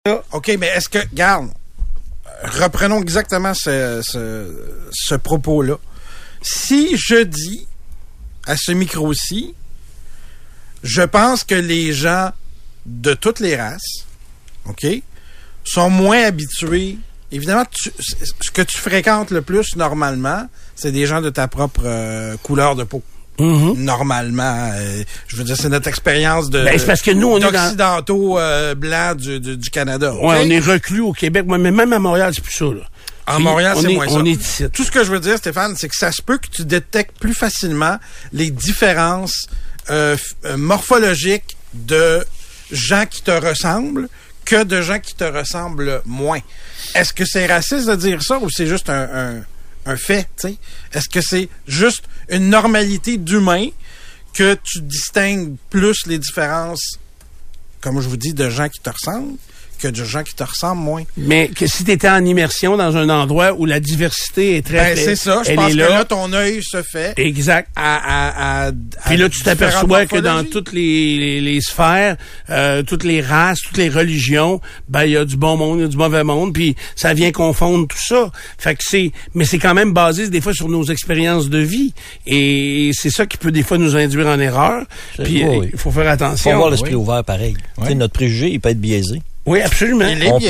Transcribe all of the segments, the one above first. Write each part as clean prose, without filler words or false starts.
OK, mais est-ce que, regarde, reprenons exactement ce propos-là. Si je dis à ce micro-ci, je pense que les gens de toutes les races, OK, sont moins habitués. Évidemment, ce que tu fréquentes le plus normalement, c'est des gens de ta propre couleur de peau. Mm-hmm. Normalement, je veux dire, c'est notre expérience c'est parce que nous, on d'occidentaux blancs du Canada. Okay? Ouais, on est reclus au Québec, mais même à Montréal, c'est plus ça, là. En Montréal, c'est moins ça. On est ici. Tout ce que je veux dire, Stéphane, c'est que ça se peut que tu détectes plus facilement les différences morphologiques de gens qui te ressemblent que de gens qui te ressemblent moins. Est-ce que c'est raciste de dire ça ou c'est juste un fait, tu sais? Est-ce que c'est juste une normalité d'humain que tu distingues plus les différences, comme je vous dis, de gens qui te ressemblent que de gens qui te ressemblent moins? Mais que si tu étais en immersion dans un endroit où la diversité est très... c'est ça, je pense que là, ton œil se fait... Exact. Puis là, tu t'aperçois que dans toutes les sphères, toutes les races, toutes les religions, il y a du bon monde, il y a du mauvais monde, puis ça vient confondre tout ça. Fait que mais c'est quand même basé des fois sur nos expériences de vie. Et c'est ça qui peut des fois nous induire en erreur. Puis il faut faire attention. Il faut avoir l'esprit ouvert pareil. Oui. Notre préjugé, il peut être biaisé. Oui, absolument.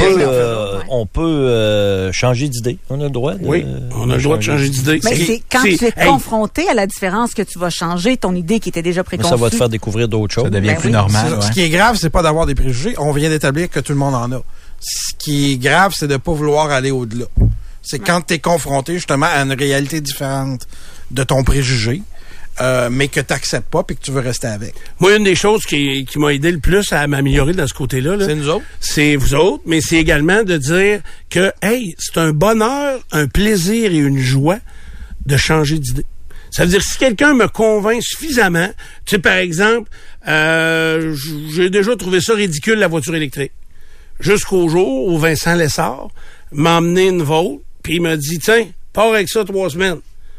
On peut changer d'idée. On a le droit de... Oui, on a le droit de changer d'idée. Mais c'est quand tu es confronté à la différence que tu vas changer ton idée qui était déjà préconçue. Ça va te faire découvrir d'autres choses. Ça devient plus normal. Ce qui est grave, c'est pas d'avoir des préjugés. On vient d'établir que tout le monde en a. Ce qui est grave, c'est de pas vouloir aller au-delà. C'est quand tu es confronté justement à une réalité différente de ton préjugé. Mais que tu n'acceptes pas et que tu veux rester avec. Moi, une des choses qui m'a aidé le plus à m'améliorer dans ce côté-là, c'est nous autres. C'est vous autres, mais c'est également de dire que, c'est un bonheur, un plaisir et une joie de changer d'idée. Ça veut dire, si quelqu'un me convainc suffisamment, tu sais, par exemple, j'ai déjà trouvé ça ridicule, la voiture électrique. Jusqu'au jour où Vincent Lessard m'a emmené une Volt, puis il m'a dit, tiens, pars avec ça 3 semaines.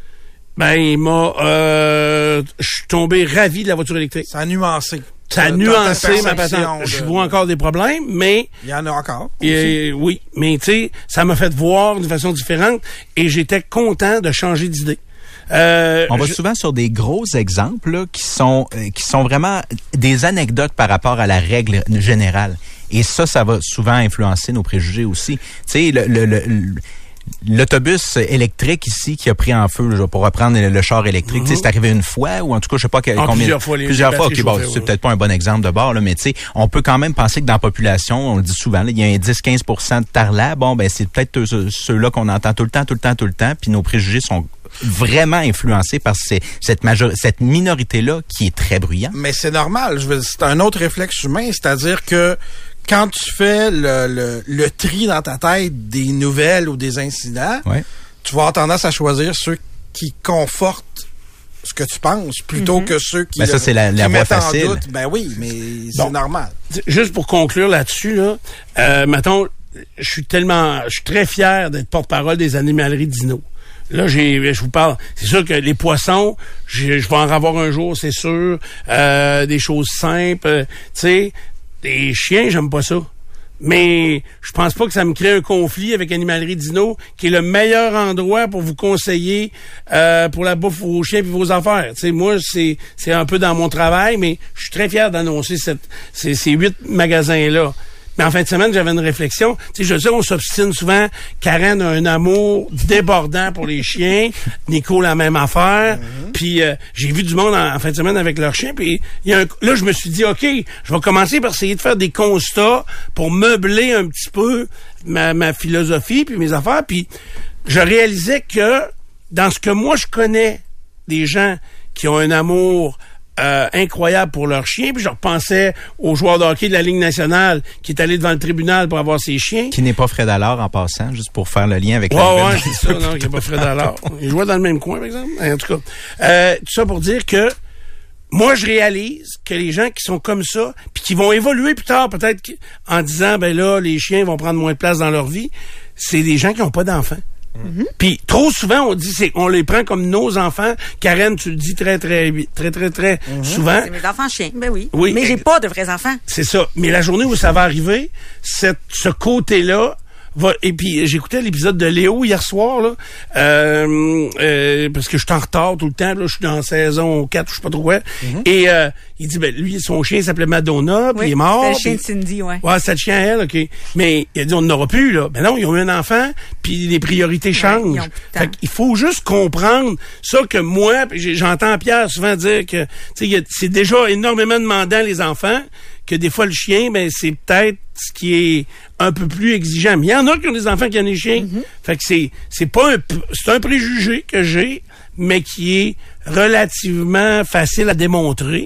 Je suis tombé ravi de la voiture électrique. Ça a nuancé. Ça a nuancé ma patente. Je vois encore des problèmes, mais... Il y en a encore. Oui, mais tu sais, ça m'a fait voir d'une façon différente et j'étais content de changer d'idée. On va souvent sur des gros exemples là, qui sont vraiment des anecdotes par rapport à la règle générale. Et ça va souvent influencer nos préjugés aussi. Tu sais, l'autobus électrique ici qui a pris en feu, là, pour reprendre le char électrique, c'est arrivé une fois ou en tout cas je sais pas combien. Plusieurs fois. OK, c'est peut-être pas un bon exemple de bord là, mais tu sais, on peut quand même penser que dans la population, on le dit souvent, là, il y a un 10-15% de tarlac. Bon, c'est peut-être ceux-là qu'on entend tout le temps, puis nos préjugés sont vraiment influencés par cette minorité-là qui est très bruyante. Mais c'est normal. C'est un autre réflexe humain, c'est-à-dire que quand tu fais le tri dans ta tête des nouvelles ou des incidents, tu vas avoir tendance à choisir ceux qui confortent ce que tu penses plutôt que ceux qui, ça, c'est la voie facile. En doute. Ben oui, mais c'est normal. Juste pour conclure là-dessus, mettons, je suis très fier d'être porte-parole des animaleries Dino. Là, je vous parle. C'est sûr que les poissons, je vais en avoir un jour, c'est sûr. Des choses simples, tu sais. Les chiens, j'aime pas ça. Mais je pense pas que ça me crée un conflit avec Animalerie Dino, qui est le meilleur endroit pour vous conseiller pour la bouffe vos chiens et vos affaires. Tu sais, moi, c'est un peu dans mon travail, mais je suis très fier d'annoncer ces 8 magasins-là. Mais en fin de semaine, j'avais une réflexion. Tu sais, je sais, on s'obstine souvent. Karen a un amour débordant pour les chiens. Nico, la même affaire. Puis j'ai vu du monde en fin de semaine avec leurs chiens. Puis là, je me suis dit, OK, je vais commencer par essayer de faire des constats pour meubler un petit peu ma philosophie puis mes affaires. Puis je réalisais que dans ce que moi, je connais des gens qui ont un amour incroyable pour leurs chiens, puis je repensais au joueur de hockey de la Ligue nationale qui est allé devant le tribunal pour avoir ses chiens. Qui n'est pas Fred Allard en passant, juste pour faire le lien avec la c'est ça, non, qui n'est pas Fred Allard. Il jouait dans le même coin, par exemple. En tout cas, tout ça pour dire que moi, je réalise que les gens qui sont comme ça, puis qui vont évoluer plus tard, peut-être en disant, les chiens vont prendre moins de place dans leur vie, c'est des gens qui n'ont pas d'enfants. Puis trop souvent, on dit on les prend comme nos enfants. Karen, tu le dis très souvent. C'est mes enfants chiens, ben oui. Oui. Mais j'ai pas de vrais enfants. C'est ça. Mais la journée où ça va arriver, ce côté-là et puis j'écoutais l'épisode de Léo hier soir là, parce que je suis en retard tout le temps. Là, je suis dans saison 4, je sais pas trop quoi. Et il dit lui son chien s'appelait Madonna, puis il est mort. C'est le chien de Cindy, ouais. Ouais, c'est le chien à elle, ok. Mais il a dit on n'aura plus là. Ben non, ils ont eu un enfant, puis les priorités changent. Fait qu'il faut juste comprendre ça que moi, j'entends Pierre souvent dire que c'est déjà énormément demandant les enfants. Que des fois, le chien, ben c'est peut-être ce qui est un peu plus exigeant. Mais il y en a qui ont des enfants qui ont des chiens. Fait que c'est un préjugé que j'ai, mais qui est relativement facile à démontrer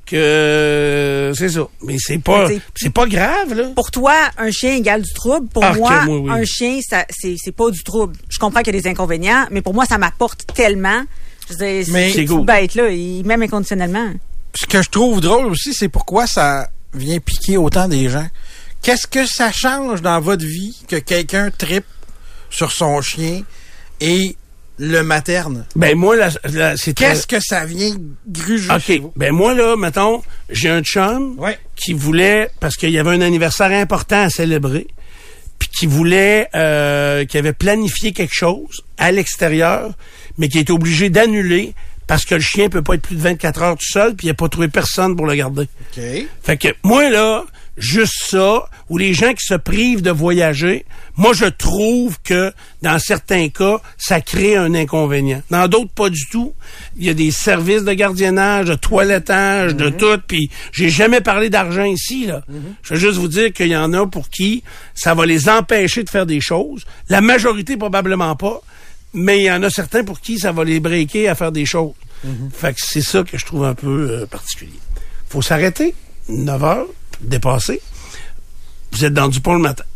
que c'est ça. Mais c'est pas grave, là. Pour toi, un chien égale du trouble. Pour moi, oui. Un chien, c'est pas du trouble. Je comprends qu'il y a des inconvénients, mais pour moi, ça m'apporte tellement. Je veux dire, c'est tout bête, là, même inconditionnellement. Ce que je trouve drôle aussi, c'est pourquoi ça vient piquer autant des gens. Qu'est-ce que ça change dans votre vie que quelqu'un trippe sur son chien et le materne? Ben moi, qu'est-ce que ça vient gruger? OK. Ben moi, là, mettons, j'ai un chum qui voulait, parce qu'il y avait un anniversaire important à célébrer, puis qui voulait, qui avait planifié quelque chose à l'extérieur, mais qui était obligé d'annuler parce que le chien peut pas être plus de 24 heures tout seul, puis il a pas trouvé personne pour le garder. OK. Fait que moi, là, juste ça, ou les gens qui se privent de voyager, moi, je trouve que, dans certains cas, ça crée un inconvénient. Dans d'autres, pas du tout. Il y a des services de gardiennage, de toilettage, de tout, puis j'ai jamais parlé d'argent ici, là. Je veux juste vous dire qu'il y en a pour qui ça va les empêcher de faire des choses. La majorité, probablement pas. Mais il y en a certains pour qui ça va les breaker à faire des choses. Fait que c'est ça que je trouve un peu particulier. Faut s'arrêter. 9 heures, dépassé. Vous êtes dans Dupont le matin.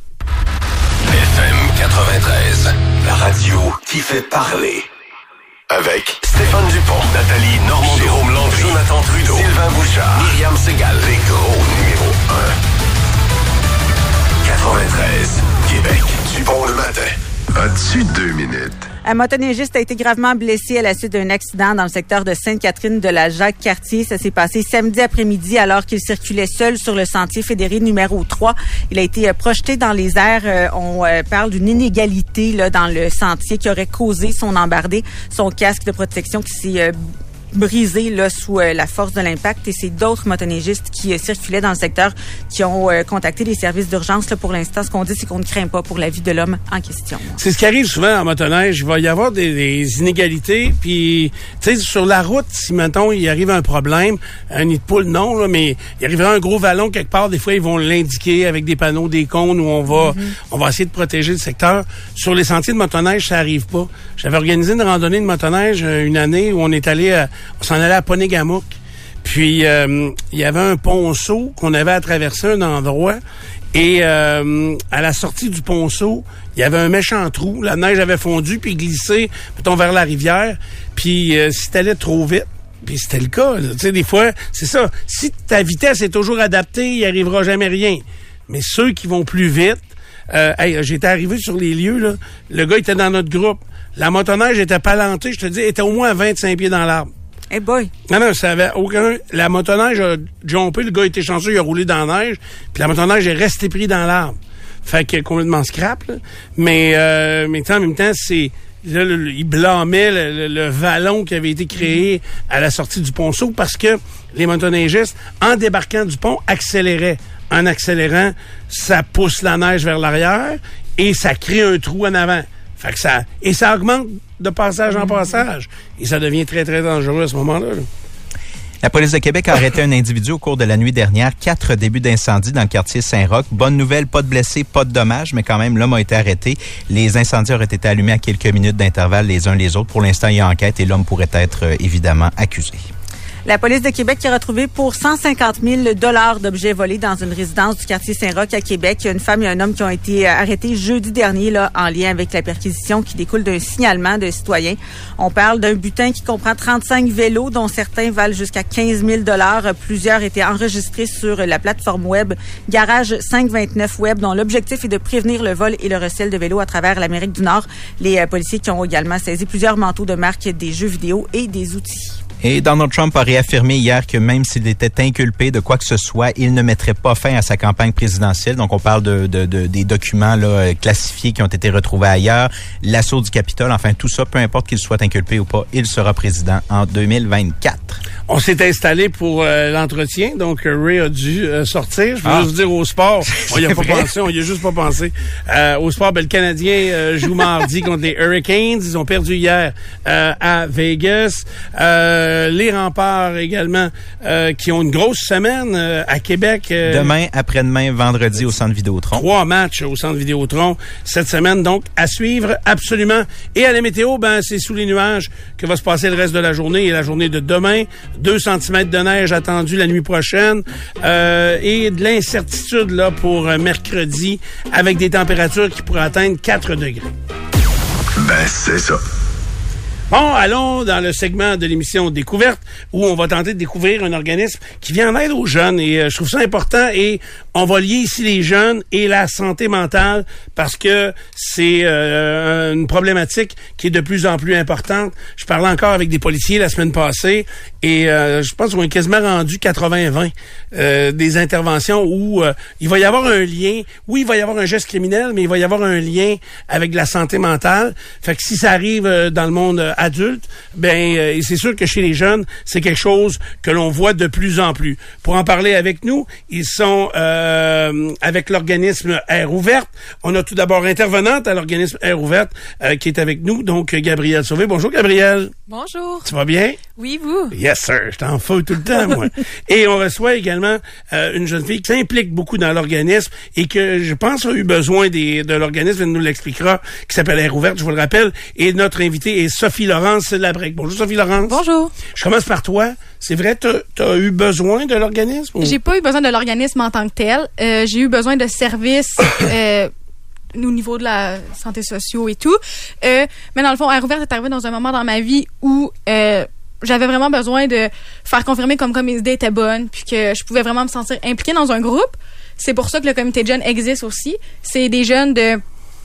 FM 93, la radio qui fait parler. Avec Stéphane Dupont, Nathalie Normando, Jérôme Landry, Jonathan Trudeau, Sylvain Bouchard, Myriam Segal, les gros numéros 1. 93, Québec, Dupont le matin. As-tu 2 minutes? Un motoneigiste a été gravement blessé à la suite d'un accident dans le secteur de Sainte-Catherine de la Jacques-Cartier. Ça s'est passé samedi après-midi alors qu'il circulait seul sur le sentier fédéré numéro 3. Il a été projeté dans les airs. On parle d'une inégalité là dans le sentier qui aurait causé son embardé. Son casque de protection qui s'est brisé là sous la force de l'impact, et c'est d'autres motoneigistes qui circulaient dans le secteur qui ont contacté les services d'urgence. Là, pour l'instant, ce qu'on dit, c'est qu'on ne craint pas pour la vie de l'homme en question. C'est ce qui arrive souvent en motoneige. Il va y avoir des inégalités, puis tu sais, sur la route, si mettons il arrive un problème, un nid de poule, non, là, mais il arrivera un gros vallon quelque part, des fois ils vont l'indiquer avec des panneaux, des cônes où on va essayer de protéger le secteur. Sur les sentiers de motoneige, ça arrive pas. J'avais organisé une randonnée de motoneige une année où on s'en allait à Ponégamouk. Puis, il y avait un ponceau qu'on avait à traverser un endroit. Et à la sortie du ponceau, il y avait un méchant trou. La neige avait fondu, puis glissé, mettons, vers la rivière. Puis, si t'allais trop vite, puis c'était le cas. Tu sais, des fois, c'est ça. Si ta vitesse est toujours adaptée, il arrivera jamais rien. Mais ceux qui vont plus vite... j'étais arrivé sur les lieux, là. Le gars était dans notre groupe. La motoneige était palantée, je te dis, était au moins à 25 pieds dans l'arbre. Eh boy! Non, ça avait aucun... La motoneige a jumpé, le gars était chanceux, il a roulé dans la neige, puis la motoneige est restée pris dans l'arbre. Fait que complètement scrap, là. Mais en même temps, c'est... Là, il blâmait le vallon qui avait été créé à la sortie du ponceau parce que les motoneigistes, en débarquant du pont, accéléraient. En accélérant, ça pousse la neige vers l'arrière et ça crée un trou en avant. Fait que ça augmente de passage en passage. Et ça devient très, très dangereux à ce moment-là. La police de Québec a arrêté un individu au cours de la nuit dernière. 4 débuts d'incendie dans le quartier Saint-Roch. Bonne nouvelle, pas de blessés, pas de dommages, mais quand même, l'homme a été arrêté. Les incendies auraient été allumés à quelques minutes d'intervalle les uns les autres. Pour l'instant, il y a enquête et l'homme pourrait être évidemment accusé. La police de Québec qui a retrouvé pour 150 000 $ d'objets volés dans une résidence du quartier Saint-Roch à Québec. Il y a une femme et un homme qui ont été arrêtés jeudi dernier là, en lien avec la perquisition qui découle d'un signalement de citoyens. On parle d'un butin qui comprend 35 vélos, dont certains valent jusqu'à 15 000 $. Plusieurs étaient enregistrés sur la plateforme web Garage 529 Web, dont l'objectif est de prévenir le vol et le recel de vélos à travers l'Amérique du Nord. Les policiers qui ont également saisi plusieurs manteaux de marque, des jeux vidéo et des outils. Et Donald Trump a réaffirmé hier que même s'il était inculpé de quoi que ce soit, il ne mettrait pas fin à sa campagne présidentielle. Donc, on parle des documents là, classifiés qui ont été retrouvés ailleurs, l'assaut du Capitole, enfin tout ça, peu importe qu'il soit inculpé ou pas, il sera président en 2024. On s'est installé pour l'entretien, donc Ray a dû sortir. Je veux juste dire au sport, on y a pas pensé, on y a juste pas pensé. Au sport, le Canadien joue mardi contre les Hurricanes. Ils ont perdu hier à Vegas. Les Remparts également qui ont une grosse semaine à Québec. Demain, après-demain, vendredi au Centre Vidéotron. 3 matchs au Centre Vidéotron cette semaine, donc à suivre absolument. Et à la météo, c'est sous les nuages que va se passer le reste de la journée et la journée de demain. 2 cm de neige attendue la nuit prochaine et de l'incertitude là pour mercredi avec des températures qui pourraient atteindre 4 degrés. C'est ça. Bon, allons dans le segment de l'émission Découverte où on va tenter de découvrir un organisme qui vient en aide aux jeunes et je trouve ça important et on va lier ici les jeunes et la santé mentale parce que c'est une problématique qui est de plus en plus importante. Je parlais encore avec des policiers la semaine passée et je pense qu'on est quasiment rendu 80-20 des interventions où il va y avoir un lien. Oui, il va y avoir un geste criminel, mais il va y avoir un lien avec la santé mentale. Fait que si ça arrive dans le monde adulte, c'est sûr que chez les jeunes, c'est quelque chose que l'on voit de plus en plus. Pour en parler avec nous, ils sont avec l'organisme Air Ouverte. On a tout d'abord intervenante à l'organisme Air Ouverte qui est avec nous, donc Gabrielle Sauvé. Bonjour Gabrielle. Bonjour. Tu vas bien? Oui, vous? Yes, sir. Je t'en fous tout le temps, moi. Et on reçoit également une jeune fille qui s'implique beaucoup dans l'organisme et que je pense a eu besoin de l'organisme, elle nous l'expliquera, qui s'appelle Air Ouverte, je vous le rappelle. Et notre invitée est Sophie Laurence Labrec. Bonjour Sophie Laurence. Bonjour. Je commence par toi. C'est vrai, t'as eu besoin de l'organisme? Ou? J'ai pas eu besoin de l'organisme en tant que tel. J'ai eu besoin de services au niveau de la santé sociale et tout. Mais dans le fond, Air Ouverte est arrivé dans un moment dans ma vie où j'avais vraiment besoin de faire confirmer comme mes idées étaient bonnes puis que je pouvais vraiment me sentir impliquée dans un groupe. C'est pour ça que le comité de jeunes existe aussi. C'est des jeunes de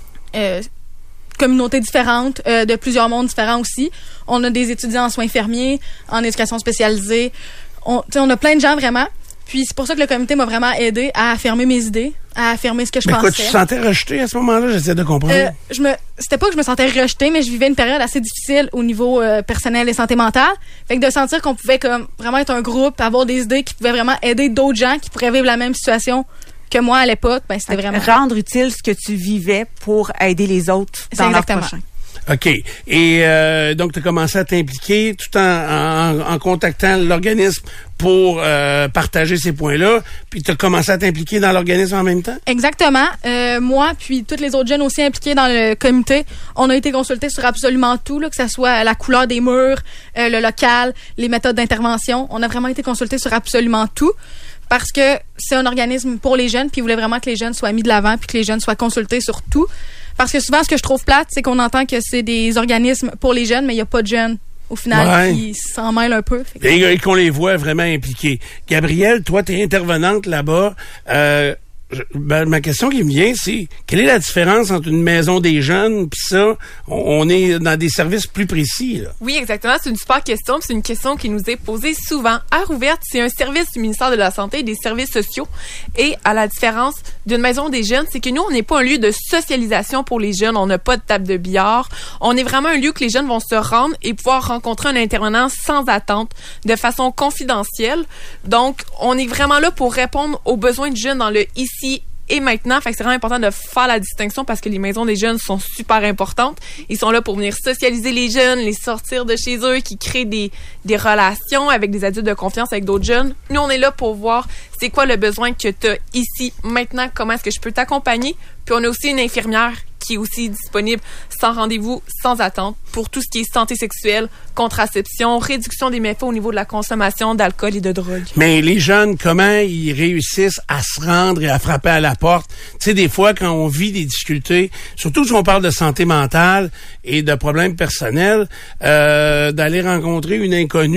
communautés différentes, de plusieurs mondes différents aussi. On a des étudiants en soins infirmiers, en éducation spécialisée. On a plein de gens vraiment. Puis c'est pour ça que le comité m'a vraiment aidé à affirmer mes idées, à affirmer ce que je pensais. Mais quoi, tu te sentais rejetée à ce moment-là? J'essaie de comprendre. C'était pas que je me sentais rejetée, mais je vivais une période assez difficile au niveau personnel et santé mentale. Fait que de sentir qu'on pouvait vraiment être un groupe, avoir des idées qui pouvaient vraiment aider d'autres gens qui pourraient vivre la même situation que moi à l'époque, c'était vraiment... Rendre utile ce que tu vivais pour aider les autres dans leur prochain. OK. Et donc, tu as commencé à t'impliquer tout en contactant l'organisme pour partager ces points-là. Puis, tu as commencé à t'impliquer dans l'organisme en même temps? Exactement. Moi, puis tous les autres jeunes aussi impliqués dans le comité, on a été consultés sur absolument tout, là, que ce soit la couleur des murs, le local, les méthodes d'intervention. On a vraiment été consultés sur absolument tout. Parce que c'est un organisme pour les jeunes, puis ils voulaient vraiment que les jeunes soient mis de l'avant, puis que les jeunes soient consultés sur tout. Parce que souvent, ce que je trouve plate, c'est qu'on entend que c'est des organismes pour les jeunes, mais il n'y a pas de jeunes, au final, qui s'en mêlent un peu. Et qu'on les voit vraiment impliqués. Gabrielle, toi, tu es intervenante là-bas. Ma question qui me vient, c'est quelle est la différence entre une maison des jeunes puis ça, on est dans des services plus précis, là. Oui, exactement. C'est une super question. C'est une question qui nous est posée souvent. Air Ouverte, c'est un service du ministère de la Santé et des services sociaux. Et à la différence d'une maison des jeunes, c'est que nous, on n'est pas un lieu de socialisation pour les jeunes. On n'a pas de table de billard. On est vraiment un lieu que les jeunes vont se rendre et pouvoir rencontrer un intervenant sans attente, de façon confidentielle. Donc, on est vraiment là pour répondre aux besoins du jeune dans le ici et maintenant. Fait que c'est vraiment important de faire la distinction parce que les maisons des jeunes sont super importantes. Ils sont là pour venir socialiser les jeunes, les sortir de chez eux, qui créent des relations avec des adultes de confiance avec d'autres jeunes. Nous, on est là pour voir c'est quoi le besoin que tu as ici, maintenant, comment est-ce que je peux t'accompagner. Puis on a aussi une infirmière qui est aussi disponible sans rendez-vous, sans attente. pour tout ce qui est santé sexuelle, contraception, réduction des méfaits au niveau de la consommation d'alcool et de drogue. Mais les jeunes, comment ils réussissent à se rendre et à frapper à la porte? Tu sais, des fois, quand on vit des difficultés, surtout si on parle de santé mentale et de problèmes personnels, d'aller rencontrer un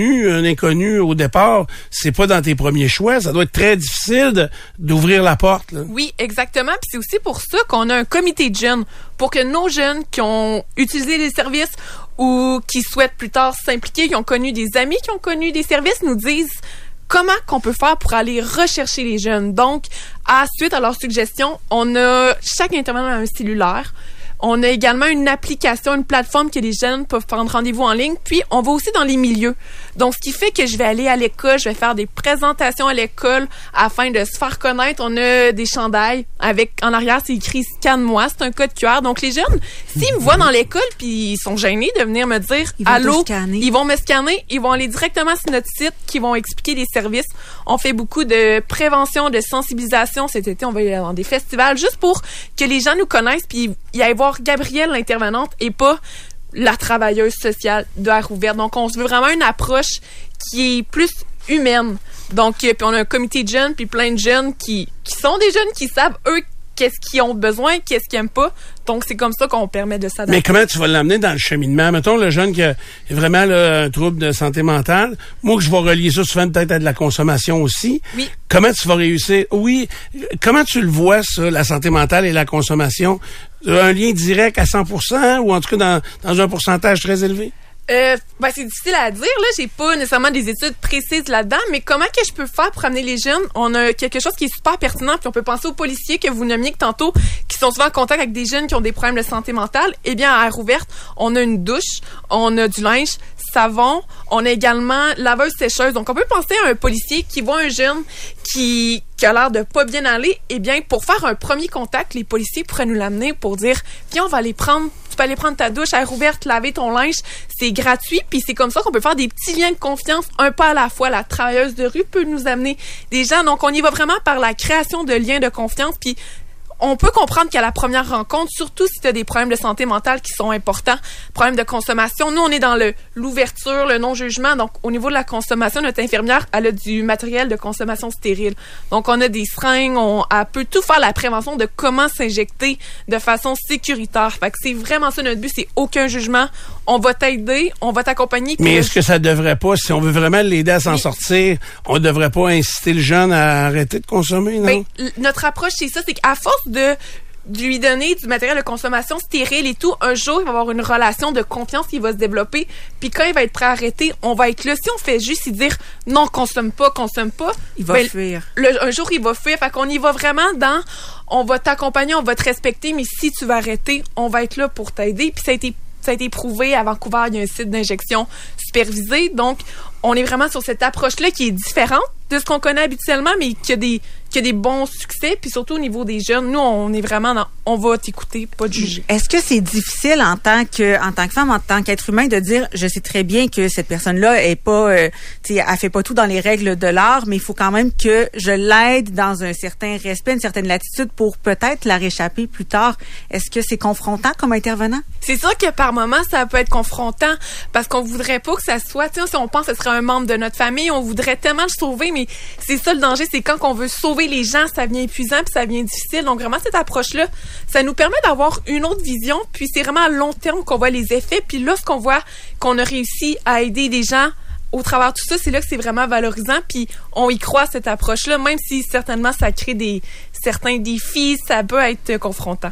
inconnu au départ, c'est pas dans tes premiers choix. Ça doit être très difficile d'ouvrir la porte, là. Oui, exactement. Puis c'est aussi pour ça qu'on a un comité de jeunes, pour que nos jeunes qui ont utilisé les services ou qui souhaitent plus tard s'impliquer, qui ont connu des amis, qui ont connu des services, nous disent comment qu'on peut faire pour aller rechercher les jeunes. Donc, suite à leurs suggestions, chaque intervenant a un cellulaire. On a également une application, une plateforme que les jeunes peuvent prendre rendez-vous en ligne. Puis, on va aussi dans les milieux. Donc, ce qui fait que je vais aller à l'école, je vais faire des présentations à l'école afin de se faire connaître. On a des chandails avec, en arrière, c'est écrit « Scanne-moi ». C'est un code QR. Donc, les jeunes, s'ils me voient dans l'école puis ils sont gênés de venir me dire « Allô », ils vont me scanner. Ils vont aller directement sur notre site qui vont expliquer les services. On fait beaucoup de prévention, de sensibilisation. Cet été, on va aller dans des festivals juste pour que les gens nous connaissent puis y aille voir Gabrielle, l'intervenante, et pas la travailleuse sociale de Air ouverte. Donc, on se veut vraiment une approche qui est plus humaine. Donc, puis on a un comité de jeunes, puis plein de jeunes qui sont des jeunes qui savent, eux, qu'est-ce qu'ils ont besoin, qu'est-ce qu'ils aiment pas. Donc, c'est comme ça qu'on permet de s'adapter. Mais comment tu vas l'amener dans le cheminement? Mettons, le jeune qui a vraiment là, un trouble de santé mentale, moi, que je vais relier ça souvent peut-être à de la consommation aussi. Oui. Comment tu vas réussir? Oui. Comment tu le vois, ça, la santé mentale et la consommation? Un lien direct à 100% ou en tout cas dans un pourcentage très élevé? C'est difficile à dire, là. J'ai pas nécessairement des études précises là-dedans, mais comment que je peux faire pour amener les jeunes? On a quelque chose qui est super pertinent, puis on peut penser aux policiers que vous nommiez tantôt, qui sont souvent en contact avec des jeunes qui ont des problèmes de santé mentale. Eh bien, à Air ouverte, on a une douche, on a du linge, savon, on a également laveuse sécheuse. Donc, on peut penser à un policier qui voit un jeune qui a l'air de pas bien aller. Eh bien, pour faire un premier contact, les policiers pourraient nous l'amener pour dire, viens, on va aller prendre, tu peux aller prendre ta douche à Air ouverte, laver ton linge, c'est gratuit, puis c'est comme ça qu'on peut faire des petits liens de confiance, un pas à la fois. La travailleuse de rue peut nous amener des gens. Donc, on y va vraiment par la création de liens de confiance, puis on peut comprendre qu'à la première rencontre, surtout si tu as des problèmes de santé mentale qui sont importants, problèmes de consommation, nous, on est dans l'ouverture, le non-jugement. Donc, au niveau de la consommation, notre infirmière, elle a du matériel de consommation stérile. Donc, on a des seringues, elle peut tout faire la prévention de comment s'injecter de façon sécuritaire. Fait que c'est vraiment ça notre but, c'est aucun jugement. On va t'aider, on va t'accompagner. Mais est-ce que ça devrait pas, si on veut vraiment l'aider à s'en sortir, on devrait pas inciter le jeune à arrêter de consommer, non? Ben, notre approche, c'est ça, c'est qu'à force de lui donner du matériel de consommation stérile et tout, un jour, il va avoir une relation de confiance qui va se développer. Puis quand il va être prêt à arrêter, on va être là. Si on fait juste y dire non, consomme pas, il va fuir. Un jour, il va fuir. Fait qu'on y va vraiment dans on va t'accompagner, on va te respecter, mais si tu vas arrêter, on va être là pour t'aider. Puis ça a été prouvé à Vancouver, il y a un site d'injection supervisé. Donc, on est vraiment sur cette approche-là qui est différente de ce qu'on connaît habituellement, mais qui a des bons succès. Puis surtout au niveau des jeunes, nous, on est vraiment dans on va t'écouter, pas te juger. Est-ce que c'est difficile en tant que femme, en tant qu'être humain, de dire, je sais très bien que cette personne-là est pas, elle fait pas tout dans les règles de l'art, mais il faut quand même que je l'aide dans un certain respect, une certaine latitude pour peut-être la réchapper plus tard. Est-ce que c'est confrontant comme intervenant? C'est sûr que par moments, ça peut être confrontant parce qu'on voudrait pas que ça soit, si on pense que ce serait un membre de notre famille, on voudrait tellement le sauver, mais c'est ça le danger, c'est quand on veut sauver les gens, ça devient épuisant puis ça devient difficile. Donc vraiment, cette approche-là, ça nous permet d'avoir une autre vision, puis c'est vraiment à long terme qu'on voit les effets. Puis là, ce qu'on voit qu'on a réussi à aider des gens au travers de tout ça, c'est là que c'est vraiment valorisant, puis on y croit, cette approche-là, même si certainement ça crée certains défis, ça peut être confrontant.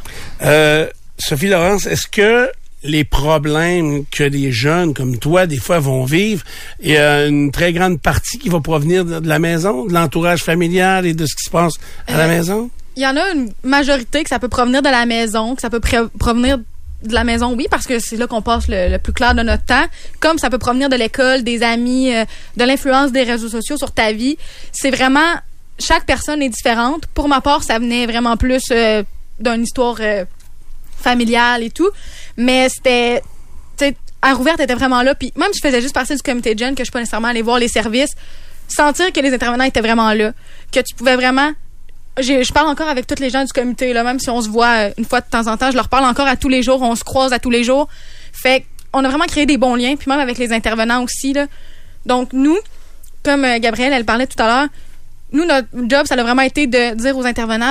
Sophie Laurence, est-ce que les problèmes que les jeunes comme toi, des fois, vont vivre, il y a une très grande partie qui va provenir de la maison, de l'entourage familial et de ce qui se passe à la maison? Il y en a une majorité que ça peut provenir de la maison, que ça peut provenir de la maison, oui, parce que c'est là qu'on passe le plus clair de notre temps, comme ça peut provenir de l'école, des amis, de l'influence des réseaux sociaux sur ta vie. C'est vraiment, chaque personne est différente. Pour ma part, ça venait vraiment plus d'une histoire familiale et tout, mais c'était, tu sais, Air ouverte était vraiment là, puis même si je faisais juste partie du comité de jeunes, que je suis pas nécessairement allée voir les services, sentir que les intervenants étaient vraiment là, que tu pouvais vraiment... Je parle encore avec tous les gens du comité, là, même si on se voit une fois de temps en temps, je leur parle encore à tous les jours, on se croise à tous les jours. Fait on a vraiment créé des bons liens, puis même avec les intervenants aussi, là. Donc, nous, comme Gabrielle, elle parlait tout à l'heure, nous, notre job, ça a vraiment été de dire aux intervenants,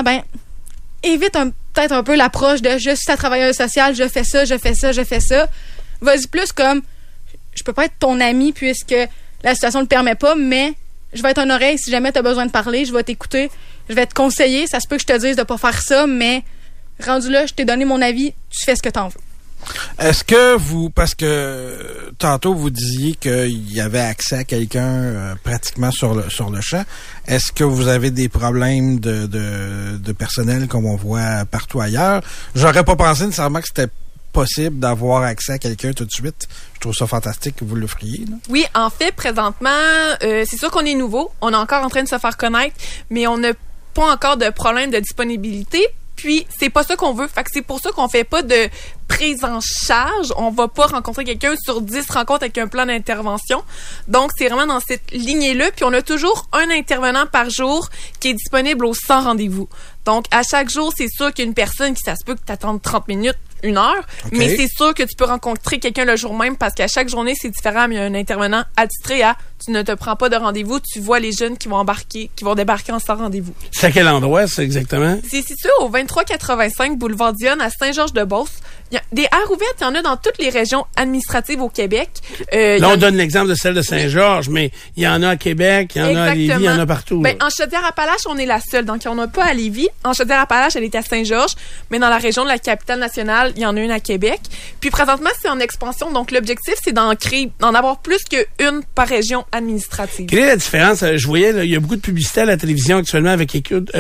évite peut-être un peu l'approche de « je suis ta travailleuse sociale, je fais ça, je fais ça, je fais ça ». Vas-y plus comme « je peux pas être ton ami puisque la situation ne le permet pas, mais je vais être une oreille si jamais tu as besoin de parler, je vais t'écouter, je vais te conseiller, ça se peut que je te dise de pas faire ça, mais rendu là, je t'ai donné mon avis, tu fais ce que t'en veux ». Est-ce que parce que tantôt vous disiez qu'il y avait accès à quelqu'un pratiquement sur le champ, est-ce que vous avez des problèmes de personnel comme on voit partout ailleurs? J'aurais pas pensé nécessairement que c'était possible d'avoir accès à quelqu'un tout de suite. Je trouve ça fantastique que vous l'offriez. Là. Oui, en fait, présentement, c'est sûr qu'on est nouveau. On est encore en train de se faire connaître, mais on n'a pas encore de problème de disponibilité. Puis, c'est pas ça qu'on veut. Fait que c'est pour ça qu'on fait pas de prise en charge. On va pas rencontrer quelqu'un sur 10 rencontres avec un plan d'intervention. Donc, c'est vraiment dans cette lignée-là. Puis, on a toujours un intervenant par jour qui est disponible au 100 rendez-vous. Donc, à chaque jour, c'est sûr qu'il y a une personne qui, ça se peut que t'attendes 30 minutes, 1 heure. Okay. Mais c'est sûr que tu peux rencontrer quelqu'un le jour même parce qu'à chaque journée, c'est différent. Mais il y a un intervenant attitré à tu ne te prends pas de rendez-vous, tu vois les jeunes qui vont débarquer en sans rendez-vous. C'est à quel endroit, ça, exactement? C'est situé au 2385 boulevard Dionne à Saint-Georges-de-Beauce. Des aires ouvertes, il y en a dans toutes les régions administratives au Québec. Là, on donne l'exemple de celle de Saint-Georges, mais il y en a à Québec, il y en a à Lévis, il y en a partout. En Chaudière-Appalaches, on est la seule. Donc, il n'y en a pas à Lévis. En Chaudière-Appalaches, elle est à Saint-Georges. Mais dans la région de la Capitale-Nationale, il y en a une à Québec. Puis, présentement, c'est en expansion. Donc, l'objectif, c'est d'en avoir plus qu'une par région administrative. Quelle est la différence? Je voyais, là, il y a beaucoup de publicité à la télévision actuellement avec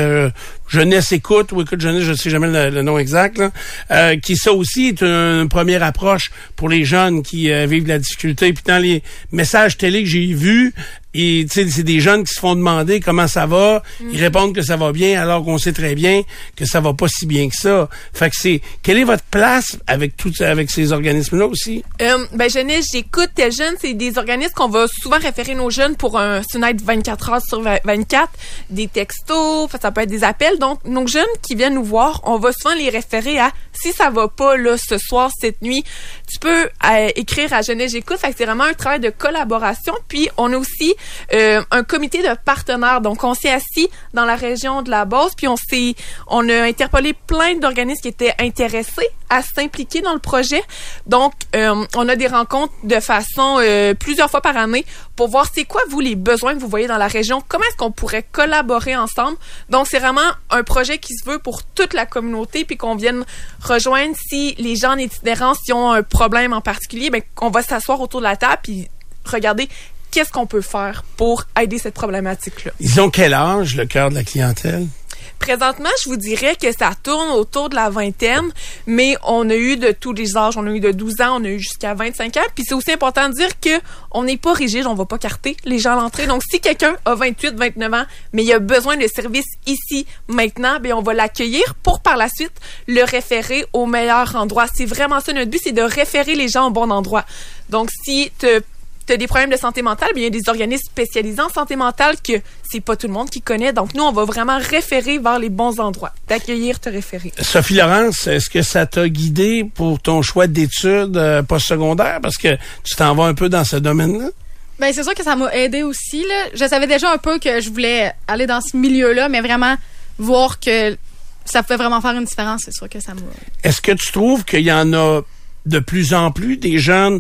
Jeunesse Écoute ou Écoute Jeunesse, je ne sais jamais le nom exact, là, qui ça aussi est une première approche pour les jeunes qui vivent de la difficulté. Puis dans les messages télé que j'ai vus, et tu sais, c'est des jeunes qui se font demander comment ça va, ils répondent que ça va bien alors qu'on sait très bien que ça va pas si bien que ça. Fait que quelle est votre place avec ces organismes-là aussi? Jeunesse, j'écoute tes jeunes, c'est des organismes qu'on va souvent référer nos jeunes pour une aide 24 heures sur 24, des textos, ça peut être des appels. Donc, nos jeunes qui viennent nous voir, on va souvent les référer à si ça va pas là ce soir, cette nuit, tu peux écrire à Jeunesse J'écoute. Fait que c'est vraiment un travail de collaboration. Puis, on a aussi un comité de partenaires. Donc, on s'est assis dans la région de la Beauce, puis on a interpellé plein d'organismes qui étaient intéressés à s'impliquer dans le projet. Donc, on a des rencontres de façon plusieurs fois par année pour voir c'est quoi, vous, les besoins que vous voyez dans la région. Comment est-ce qu'on pourrait collaborer ensemble? Donc, c'est vraiment un projet qui se veut pour toute la communauté, puis qu'on vienne rejoindre si les gens en itinérance, s'ils ont un problème en particulier, qu'on va s'asseoir autour de la table puis regarder qu'est-ce qu'on peut faire pour aider cette problématique-là. Ils ont quel âge, le cœur de la clientèle? Présentement, je vous dirais que ça tourne autour de la vingtaine, mais on a eu de tous les âges. On a eu de 12 ans, on a eu jusqu'à 25 ans. Puis c'est aussi important de dire que on n'est pas rigide, on va pas carter les gens à l'entrée. Donc, si quelqu'un a 28, 29 ans, mais il a besoin de services ici, maintenant, on va l'accueillir pour par la suite le référer au meilleur endroit. C'est vraiment ça notre but, c'est de référer les gens au bon endroit. Donc, si t'as des problèmes de santé mentale, il y a des organismes spécialisés en santé mentale que c'est pas tout le monde qui connaît. Donc, nous, on va vraiment référer vers les bons endroits. T'accueillir, te référer. Sophie Laurence, est-ce que ça t'a guidé pour ton choix d'études postsecondaires? Parce que tu t'en vas un peu dans ce domaine-là? C'est sûr que ça m'a aidé aussi, là. Je savais déjà un peu que je voulais aller dans ce milieu-là, mais vraiment voir que ça pouvait vraiment faire une différence, c'est sûr que ça m'a... Est-ce que tu trouves qu'il y en a de plus en plus des jeunes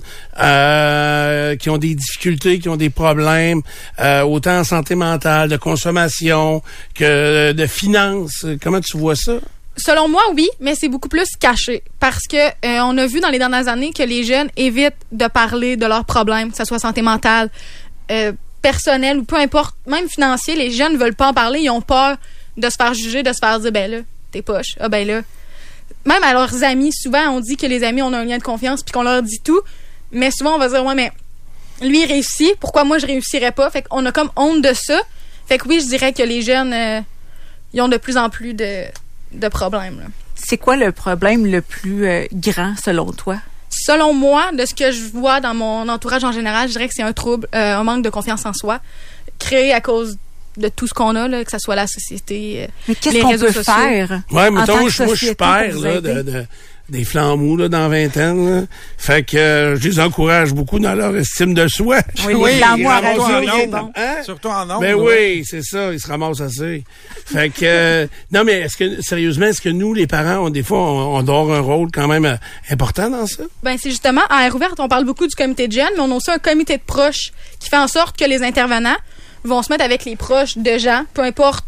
qui ont des difficultés, qui ont des problèmes, autant en santé mentale, de consommation que de finances? Comment tu vois ça? Selon moi, oui, mais c'est beaucoup plus caché parce que on a vu dans les dernières années que les jeunes évitent de parler de leurs problèmes, que ce soit santé mentale, personnelle ou peu importe, même financier. Les jeunes ne veulent pas en parler, ils ont peur de se faire juger, de se faire dire, là, t'es poche, là... Même à leurs amis, souvent, on dit que les amis, on a un lien de confiance puis qu'on leur dit tout. Mais souvent, on va dire, ouais, mais lui, il réussit. Pourquoi moi, je réussirais pas? Fait qu'on a comme honte de ça. Fait que oui, je dirais que les jeunes, ils ont de plus en plus de problèmes. Là. C'est quoi le problème le plus grand, selon toi? Selon moi, de ce que je vois dans mon entourage en général, je dirais que c'est un trouble, un manque de confiance en soi, créé à cause de tout ce qu'on a, là, que ce soit la société, mais qu'est-ce qu'on peut faire? Ouais, mettons, moi, je suis père, là, des flambous là, dans la vingtaine. Là. Fait que je les encourage beaucoup dans leur estime de soi. Oui, les flambous à radio, c'est bon. Hein? Surtout en nombre. Ben oui, c'est ça, ils se ramassent assez. Fait que non, mais sérieusement, est-ce que nous, les parents, des fois, on doit avoir un rôle quand même important dans ça? Ben c'est justement, à Air ouverte, on parle beaucoup du comité de jeunes, mais on a aussi un comité de proches qui fait en sorte que les intervenants vont se mettre avec les proches de gens, peu importe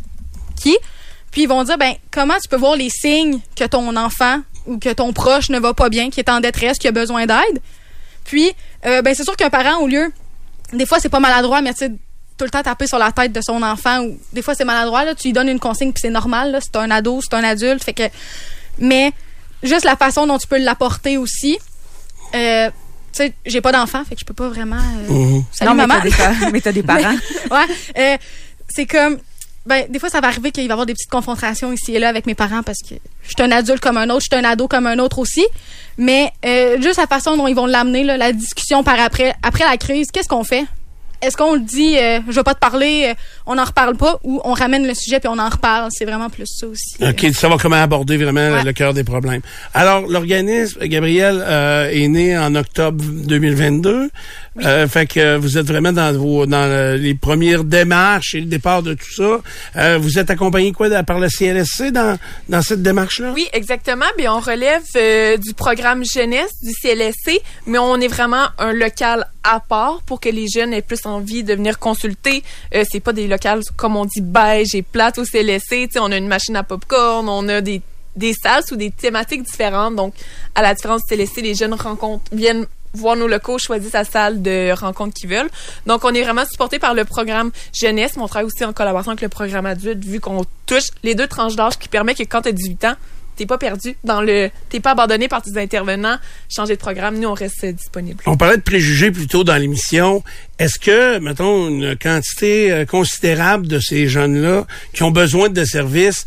qui, puis ils vont dire, ben comment tu peux voir les signes que ton enfant ou que ton proche ne va pas bien, qui est en détresse, qui a besoin d'aide. Puis, ben c'est sûr qu'un parent, au lieu, des fois c'est pas maladroit, mais tu sais, tout le temps taper sur la tête de son enfant, ou des fois c'est maladroit, là, tu lui donnes une consigne puis c'est normal, là, c'est un ado, c'est un adulte, fait que, mais juste la façon dont tu peux l'apporter aussi. Tu sais, j'ai pas d'enfant, fait que je peux pas vraiment. Salut, maman. Mais t'as des parents. Ouais. C'est comme. Ben, des fois, ça va arriver qu'il va y avoir des petites confrontations ici et là avec mes parents parce que je suis un adulte comme un autre, je suis un ado comme un autre aussi. Mais juste la façon dont ils vont l'amener, là, la discussion par après la crise, qu'est-ce qu'on fait? Est-ce qu'on le dit, je vais pas te parler, on n'en reparle pas, ou on ramène le sujet puis on en reparle? C'est vraiment plus ça aussi. OK, savoir comment aborder vraiment le cœur des problèmes. Alors, l'organisme, Gabrielle, est né en octobre 2022. Oui. Fait que vous êtes vraiment dans les premières démarches et le départ de tout ça. Vous êtes accompagné par le CLSC dans cette démarche-là? Oui, exactement. Bien, on relève du programme jeunesse du CLSC, mais on est vraiment un local à part pour que les jeunes aient plus envie de venir consulter. C'est pas des locales, comme on dit, beige et plates au CLSC. T'sais, on a une machine à popcorn, on a des salles sous des thématiques différentes. Donc, à la différence du CLSC, les jeunes viennent voir nos locaux, choisissent la salle de rencontre qu'ils veulent. Donc, on est vraiment supporté par le programme jeunesse, mais on travaille aussi en collaboration avec le programme adulte, vu qu'on touche les deux tranches d'âge, qui permet que quand tu as 18 ans, t'es pas perdu t'es pas abandonné par tes intervenants, changer de programme, nous on reste disponible. On parlait de préjugés plus tôt dans l'émission. Est-ce que, mettons, une quantité considérable de ces jeunes-là qui ont besoin de services,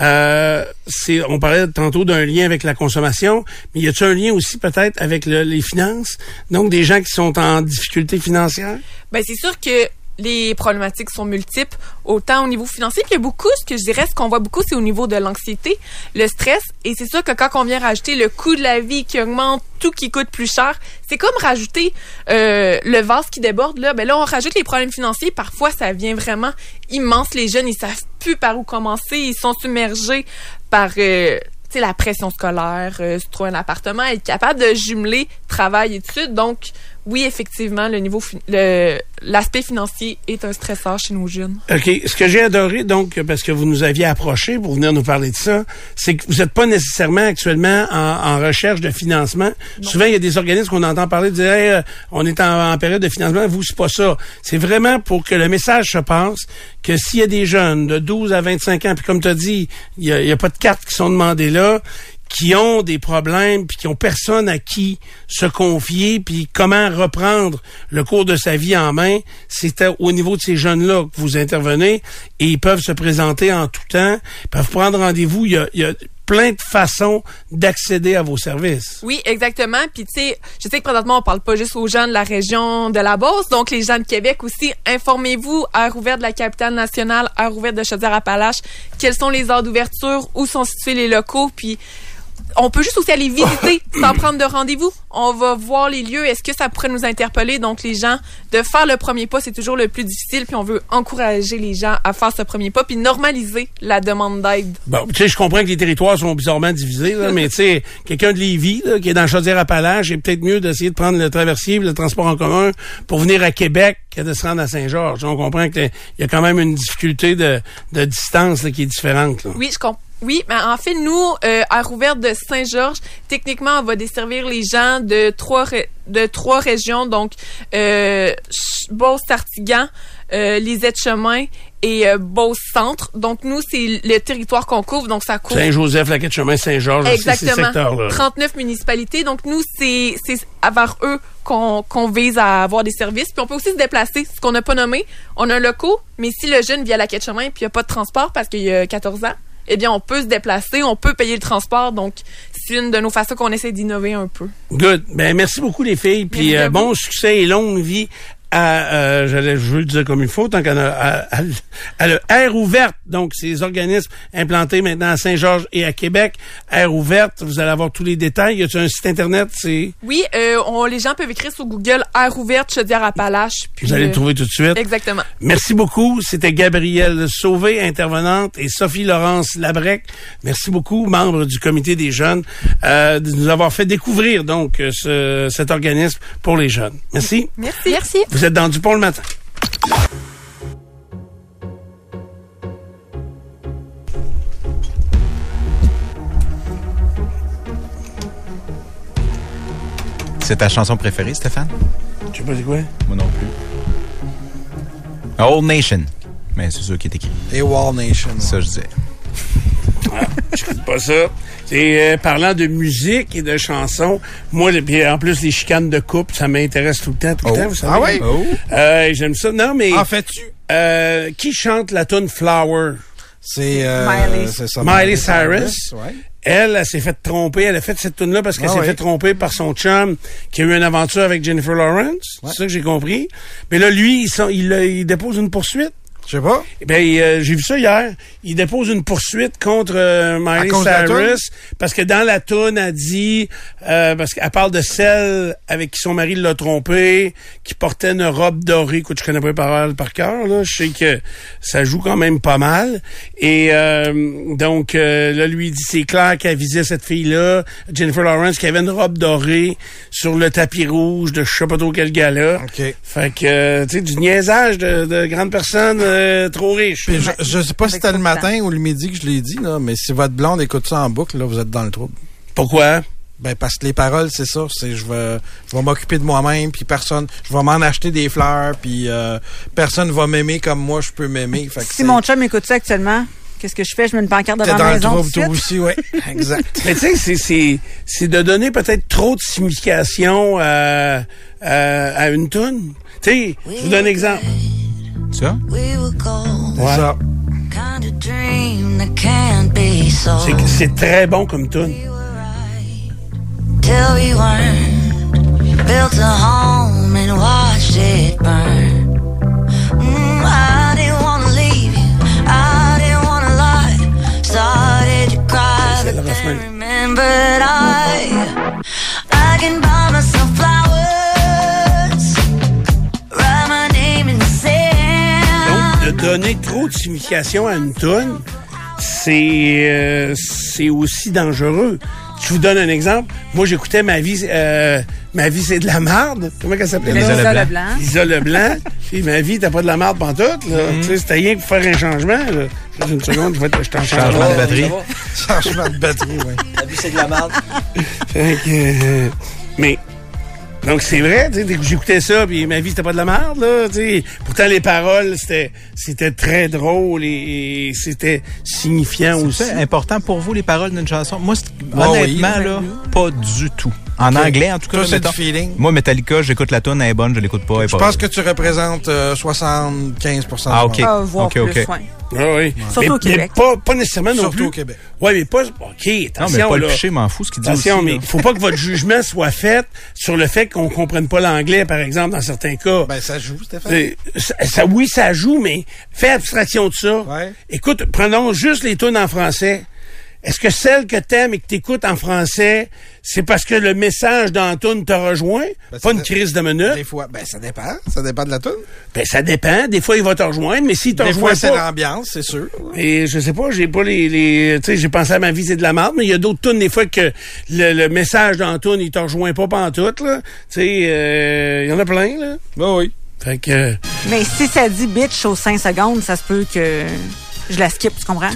on parlait tantôt d'un lien avec la consommation, mais y a-t-il un lien aussi peut-être avec les finances? Donc des gens qui sont en difficulté financière? Ben c'est sûr que les problématiques sont multiples, autant au niveau financier, puis il y a beaucoup, ce qu'on voit beaucoup, c'est au niveau de l'anxiété, le stress, et c'est sûr que quand on vient rajouter le coût de la vie qui augmente, tout qui coûte plus cher, c'est comme rajouter le vase qui déborde, là, ben là, on rajoute les problèmes financiers, parfois, ça vient vraiment immense, les jeunes, ils savent plus par où commencer, ils sont submergés par la pression scolaire, se trouver un appartement, être capable de jumeler travail et études. Donc, oui, effectivement, l'aspect financier est un stresseur chez nos jeunes. OK. Ce que j'ai adoré, donc, parce que vous nous aviez approché pour venir nous parler de ça, c'est que vous n'êtes pas nécessairement actuellement en recherche de financement. Non. Souvent, il y a des organismes qu'on entend parler de dire hey, on est en période de financement. Vous, c'est pas ça. C'est vraiment pour que le message se passe que s'il y a des jeunes de 12 à 25 ans, puis comme tu as dit, il y a pas de cartes qui sont demandées là, qui ont des problèmes, puis qui ont personne à qui se confier, puis comment reprendre le cours de sa vie en main, c'est au niveau de ces jeunes-là que vous intervenez, et ils peuvent se présenter en tout temps, ils peuvent prendre rendez-vous, il y a plein de façons d'accéder à vos services. Oui, exactement. Puis tu sais, je sais que présentement on parle pas juste aux gens de la région de la Beauce, donc les gens de Québec aussi, informez-vous, heure ouverte de la capitale nationale, heure ouverte de Chaudière-Appalaches, quelles sont les heures d'ouverture, où sont situés les locaux, puis on peut juste aussi aller visiter sans prendre de rendez-vous. On va voir les lieux. Est-ce que ça pourrait nous interpeller? Donc, les gens, de faire le premier pas, c'est toujours le plus difficile. Puis, on veut encourager les gens à faire ce premier pas puis normaliser la demande d'aide. Bon, tu sais, je comprends que les territoires sont bizarrement divisés, là, mais tu sais, quelqu'un de Lévis, là, qui est dans Chaudière-Appalaches, est peut-être mieux d'essayer de prendre le traversier, le transport en commun pour venir à Québec que de se rendre à Saint-Georges. On comprend qu'il y a quand même une difficulté de distance là, qui est différente. Là. Oui, je comprends. Oui, mais en fait, nous, Air ouverte de Saint-Georges, techniquement, on va desservir les gens de trois régions, donc Beauce-Sartigan, les Aides-Chemins et Beauce-Centre. Donc, nous, c'est le territoire qu'on couvre, donc ça couvre... Saint-Joseph, la Quête-Chemin, Saint-Georges, c'est ces secteurs-là. 39 municipalités. Donc, nous, c'est vers eux qu'on vise à avoir des services. Puis, on peut aussi se déplacer, ce qu'on n'a pas nommé. On a un locaux, mais si le jeune vient à la Quête-Chemin puis il n'y a pas de transport parce qu'il y a 14 ans, eh bien, on peut se déplacer, on peut payer le transport. Donc, c'est une de nos façons qu'on essaie d'innover un peu. Good. Ben, merci beaucoup, les filles. Puis, bon succès et longue vie je veux le dire comme il faut, tant qu'elle a Air Ouverte, donc ces organismes implantés maintenant à Saint-Georges et à Québec. Air Ouverte, vous allez avoir tous les détails. Y a-t-il un site Internet? Oui, les gens peuvent écrire sur Google Air Ouverte, Chaudière-Appalaches. Vous allez le trouver tout de suite. Exactement. Merci beaucoup. C'était Gabrielle Sauvé, intervenante, et Sophie-Laurence Labrec. Merci beaucoup, membre du comité des jeunes, de nous avoir fait découvrir donc cet organisme pour les jeunes. Merci. Merci. Vous êtes dans Dupont le matin. C'est ta chanson préférée, Stéphane? Je sais pas c'est quoi. Moi non plus. Old Nation. Mais c'est ça qui est écrit. Et Wall Nation. Ça, je disais. Je ne pas ça. C'est parlant de musique et de chansons. Moi, puis en plus, les chicanes de couple, ça m'intéresse tout le temps, vous savez. Ah oui? Oh. J'aime ça. Non, mais... En fais-tu? Qui chante la tune Flower? C'est ça, Miley Cyrus. Ouais. Elle s'est fait tromper. Elle a fait cette tune-là parce qu'elle s'est fait tromper par son chum qui a eu une aventure avec Jennifer Lawrence. Ouais. C'est ça que j'ai compris. Mais là, lui, il dépose une poursuite. Je sais pas. Eh bien, j'ai vu ça hier. Il dépose une poursuite contre Miley Cyrus parce que dans la toune, elle dit parce qu'elle parle de celle avec qui son mari l'a trompé, qui portait une robe dorée. Écoute, je connais pas les paroles par cœur, là. Je sais que ça joue quand même pas mal. Et donc là, lui dit c'est clair qu'elle visait cette fille-là, Jennifer Lawrence, qui avait une robe dorée sur le tapis rouge de je sais pas trop quel gala. Okay. Fait que tu sais, du niaisage de grandes personnes trop riches. Puis je sais pas si c'était le matin ou le midi que je l'ai dit, là, mais si votre blonde écoute ça en boucle, là, vous êtes dans le trouble. Pourquoi? Ben, parce que les paroles, c'est ça. C'est je vais m'occuper de moi-même, puis personne, je vais m'en acheter des fleurs, puis personne va m'aimer comme moi je peux m'aimer. Fait que si mon chum écoute ça actuellement, qu'est-ce que je fais? Je mets une pancarte devant la maison. T'es dans le trouble, toi aussi, oui. Exact. Mais tu sais, c'est de donner peut-être trop de signification à une toune. Tu sais, je vous donne un exemple. Ça? Ouais. Ça. C'est très bon comme toune. Till we weren't, built a home and watched it burn. I didn't want to leave you, I didn't want to lie. Started to cry, but then remembered I can buy myself flowers, write my name in the sand. Donc, de donner trop de signification à une toune, c'est aussi dangereux. Je vous donne un exemple. Moi, j'écoutais Ma vie, c'est de la marde. Comment elle s'appelait? Lisa Leblanc. Lisa Leblanc. Et Ma vie, t'as pas de la marde pantoute, là. Tu sais, c'était rien pour faire un changement, là. Juste une seconde, je t'en change. Changement de batterie. Changement de batterie, oui. Ma vie, c'est de la marde. Fait que, mais... Donc, c'est vrai, tu sais, j'écoutais ça, puis Ma vie, c'était pas de la merde, là, tu sais. Pourtant, les paroles, c'était très drôle et c'était signifiant aussi. C'est important pour vous, les paroles d'une chanson? Moi, honnêtement, là, pas du tout. En anglais, en tout cas. Toi, c'est du feeling. Moi, Metallica, j'écoute la tune, elle est bonne, je l'écoute pas. Je pense que tu représentes 75%. Ah, OK. Voire plus, ouais. Ah oui. Surtout au Québec. Pas nécessairement non plus. Surtout au Québec. Oui, mais pas... OK, attention, non, mais pas là. le piché, m'en fous ce qu'il dit attention, aussi, mais là. faut pas que votre jugement soit fait sur le fait qu'on comprenne pas l'anglais, par exemple, dans certains cas. Ben, ça joue, Stéphane. Oui, ça joue, mais fais abstraction de ça. Ouais. Écoute, prenons juste les tunes en français. Est-ce que celle que t'aimes et que t'écoutes en français, c'est parce que le message dans la tune te rejoint? Ben, pas une crise de minute? Des fois, ben, ça dépend. Ça dépend de la tune. Ben, ça dépend. Des fois, il va te rejoindre, mais s'il te Des rejoint fois, c'est pas... l'ambiance, c'est sûr. Et je sais pas, j'ai pas tu sais, j'ai pensé à Ma vie, c'est de la merde, mais il y a d'autres tunes, des fois, que le message dans la tune, il te rejoint pas pantoute, là. Tu sais, il y en a plein, là. Ben oui. Fait que... Mais si ça dit bitch aux 5 secondes, ça se peut que je la skip, tu comprends?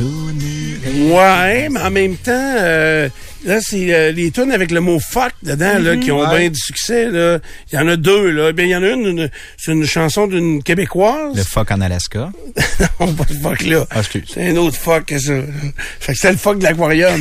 Ouais, mais en même temps, là, c'est les tunes avec le mot fuck dedans, là, qui ont bien du succès, là. Il y en a deux, là. Ben, il y en a c'est une chanson d'une Québécoise. Le fuck en Alaska. Non, pas ce fuck-là. Ah, excuse. C'est un autre fuck que ça. Fait que c'est le fuck de l'aquarium.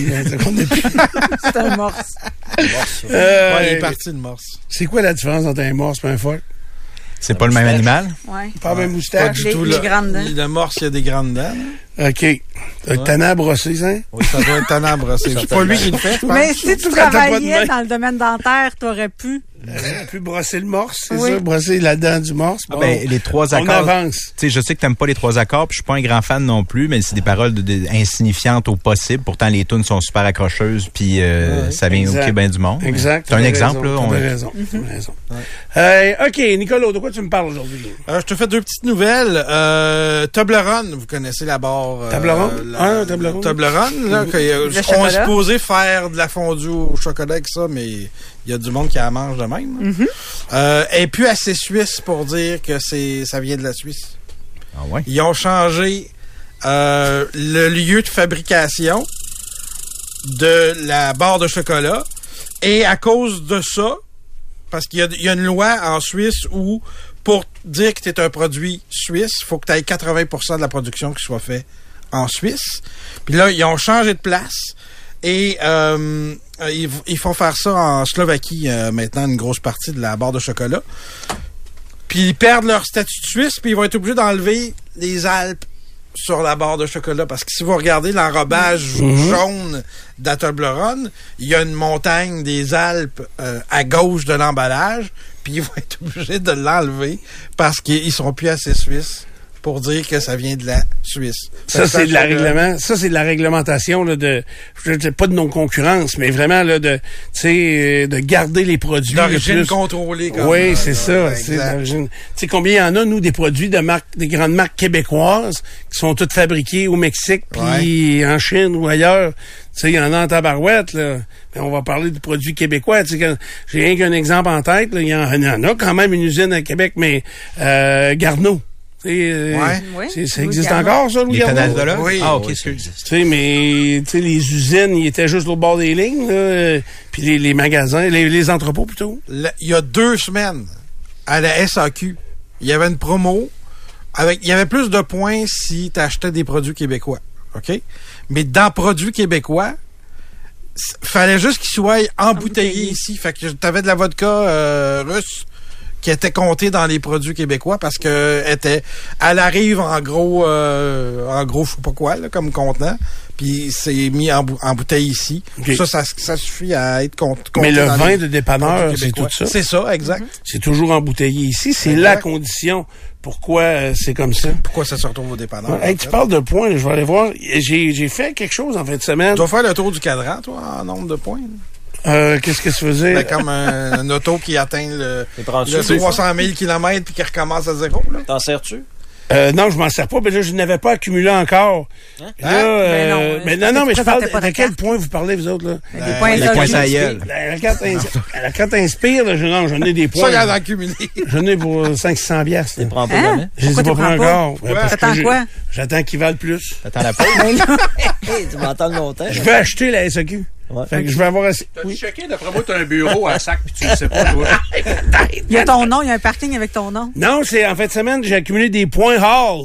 C'est un morse. Ouais, il est parti, le morse. C'est quoi la différence entre un morse et un fuck? C'est pas le même animal? Ouais. Pas la même Pas moustache? du tout. les grandes dents. Le morse, il y a des grandes dents. OK. Un tannant à brosser, ça? Oui, ça doit être tannant à brosser. C'est pas lui qui le fait, je pense. Mais si tu Tu te rappelles pas de travaillais même. dans le domaine dentaire, t'aurais pu Puis brosser le morse, c'est ça? Brosser la dent du morse. Bon, les 3 accords. On avance. Tu sais, je sais que t'aimes pas les 3 accords, puis je suis pas un grand fan non plus, mais c'est des paroles insignifiantes au possible. Pourtant, les tunes sont super accrocheuses, puis ça vient occuper bien du monde. Exact. C'est un exemple, là. T'as raison. OK, Nicolas, de quoi tu me parles aujourd'hui? Je te fais 2 petites nouvelles. Toblerone, vous connaissez la barre... Toblerone? Toblerone. Toblerone, là, on est supposé faire de la fondue au chocolat avec ça, mais il y a du monde qui la mange de même. Et puis assez suisse pour dire que ça vient de la Suisse. Ah ouais? Ils ont changé le lieu de fabrication de la barre de chocolat. Et à cause de ça, parce qu'il y a une loi en Suisse où, pour dire que tu es un produit suisse, il faut que tu aies 80% de la production qui soit faite en Suisse. Puis là, ils ont changé de place. Et ils font faire ça en Slovaquie maintenant, une grosse partie de la barre de chocolat. Puis ils perdent leur statut de Suisse, puis ils vont être obligés d'enlever les Alpes sur la barre de chocolat. Parce que si vous regardez l'enrobage jaune de la Toblerone, il y a une montagne des Alpes à gauche de l'emballage, puis ils vont être obligés de l'enlever parce qu'ils sont plus assez suisses pour dire que ça vient de la Suisse. Ça, c'est de la règlement. Ça, c'est de la réglementation, là, pas de non-concurrence, mais vraiment, là, de garder les produits. D'origine contrôlée, comme oui, c'est ça. C'est d'origine. Tu sais, combien il y en a, nous, des produits de des grandes marques québécoises qui sont toutes fabriquées au Mexique, puis en Chine ou ailleurs. Tu sais, il y en a en tabarouette, là. Mais on va parler de produits québécois. Tu sais, j'ai rien qu'un exemple en tête, là. Il y en a quand même une usine à Québec, mais, Garneau. Ça existe encore, ça, Louis Garneau? Oui. Ah, OK, excuse. Tu sais, mais les usines, ils étaient juste au bord des lignes, là, puis les magasins, les entrepôts, plutôt. Il y a 2 semaines, à la SAQ, il y avait une promo. Il y avait plus de points si tu achetais des produits québécois. OK? Mais dans produits québécois, fallait juste qu'ils soient embouteillés ici. Fait que tu avais de la vodka russe qui était comptée dans les produits québécois parce que elle arrive en gros, je sais pas quoi, là, comme contenant, puis c'est mis en bouteille ici. Okay. Ça suffit à être compté. Mais le vin de dépanneur, c'est tout ça. C'est ça, exact. C'est toujours embouteillé ici. C'est la condition. Pourquoi c'est comme ça? Pourquoi ça se retrouve au dépanneur? Hey, tu parles de points, je vais aller voir. J'ai fait quelque chose en fin de semaine. Tu vas faire le tour du cadran, toi, en nombre de points? Qu'est-ce que tu faisais? Ben, comme un auto qui atteint le 300 000 km puis qui recommence à zéro. T'en sers-tu? Non, je m'en sers pas, mais là, je n'avais pas accumulé encore. Hein? Là, mais je parle de quel point vous parlez, vous autres, là? Les points à gueule. Quand t'inspires, là, j'en ai des points. Ça, il y en a accumulé. J'en ai pour 500 piastres. Tu les prends pas jamais? Je les ai pas pris encore. T'attends quoi? J'attends qu'ils valent plus. T'attends la pause? Tu m'entends longtemps. Je veux acheter la SAQ. Ouais. Fait que je vais avoir assez. T'as-tu checké? D'après moi, t'as un bureau à Sac, puis tu le sais pas, toi. Il y a ton nom, il y a un parking avec ton nom. Non, c'est en fin de semaine, j'ai accumulé des points Hall.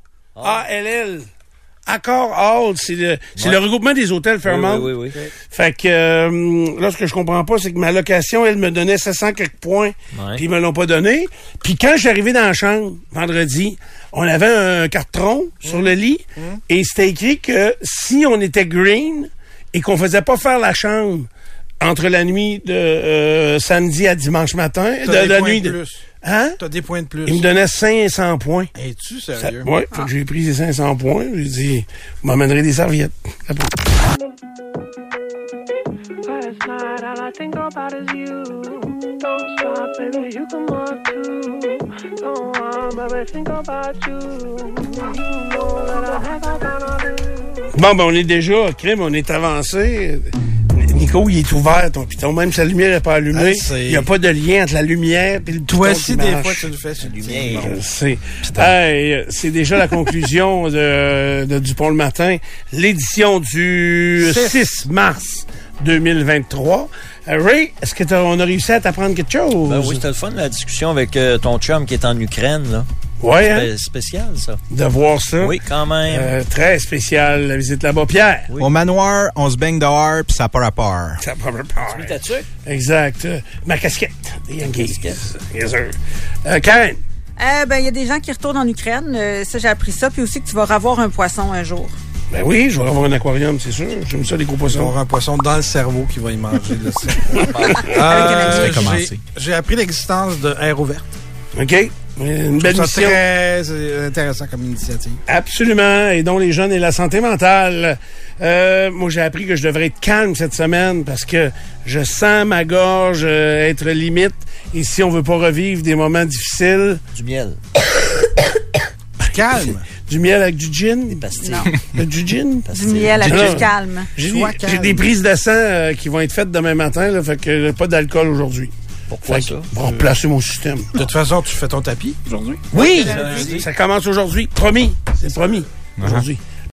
A-L-L. Accor Hall, c'est le regroupement des hôtels Fairmont. Oui. Fait que là, ce que je comprends pas, c'est que ma location, elle me donnait 700 quelques points, puis ils me l'ont pas donné. Puis quand je suis arrivé dans la chambre, vendredi, on avait un carton sur le lit, et c'était écrit que si on était green, et qu'on faisait pas faire la chambre entre la nuit de samedi à dimanche matin, t'as la des nuit points de plus. Hein? T'as des points de plus. Il me donnait 500 points. Es-tu sérieux? Ouais, fait que j'ai pris ces 500 points, j'ai dit, vous m'amènerez des serviettes. Bon, ben, on est déjà, crime, on est avancé. Nico, il est ouvert, ton piton. Même si la lumière n'est pas allumée, il n'y a pas de lien entre la lumière et le piton. Toi aussi, des fois, tu le fais sur lumière. C'est déjà la conclusion de Dupont le matin. L'édition du 6 mars 2023. Ray, est-ce que on a réussi à t'apprendre quelque chose? Ben oui, c'était le fun, la discussion avec ton chum qui est en Ukraine, là. Ouais, hein? Spécial, ça. De voir ça. Oui, quand même. Très spécial, la visite là-bas. Pierre? Oui. Au manoir, on se baigne dehors, puis ça n'a pas rapport. Ça n'a pas rapport. Tu mets ta tuque? Exact. Ma casquette. Des Yankees. Yes, sir. Karen? Il y a des gens qui retournent en Ukraine. Ça, j'ai appris ça. Puis aussi que tu vas revoir un poisson un jour. Ben oui, je vais avoir un aquarium, c'est sûr. J'aime ça, les gros Ils poissons. vont avoir un poisson dans le cerveau qui va y manger. J'ai appris l'existence de Air Ouverte. OK. Une belle mission. C'est très intéressant comme initiative. Absolument. Et dont les jeunes et la santé mentale. Moi, j'ai appris que je devrais être calme cette semaine parce que je sens ma gorge être limite. Et si on veut pas revivre des moments difficiles... Du miel. Calme. Du miel avec du gin? Des pastilles. Non. Du gin? Du miel avec du calme. J'ai des prises de sang qui vont être faites demain matin, là, fait que pas d'alcool aujourd'hui. Pourquoi ça? On va replacer mon système. De toute façon, tu fais ton tapis aujourd'hui? Oui! Ça commence aujourd'hui. Promis. C'est promis. Aujourd'hui.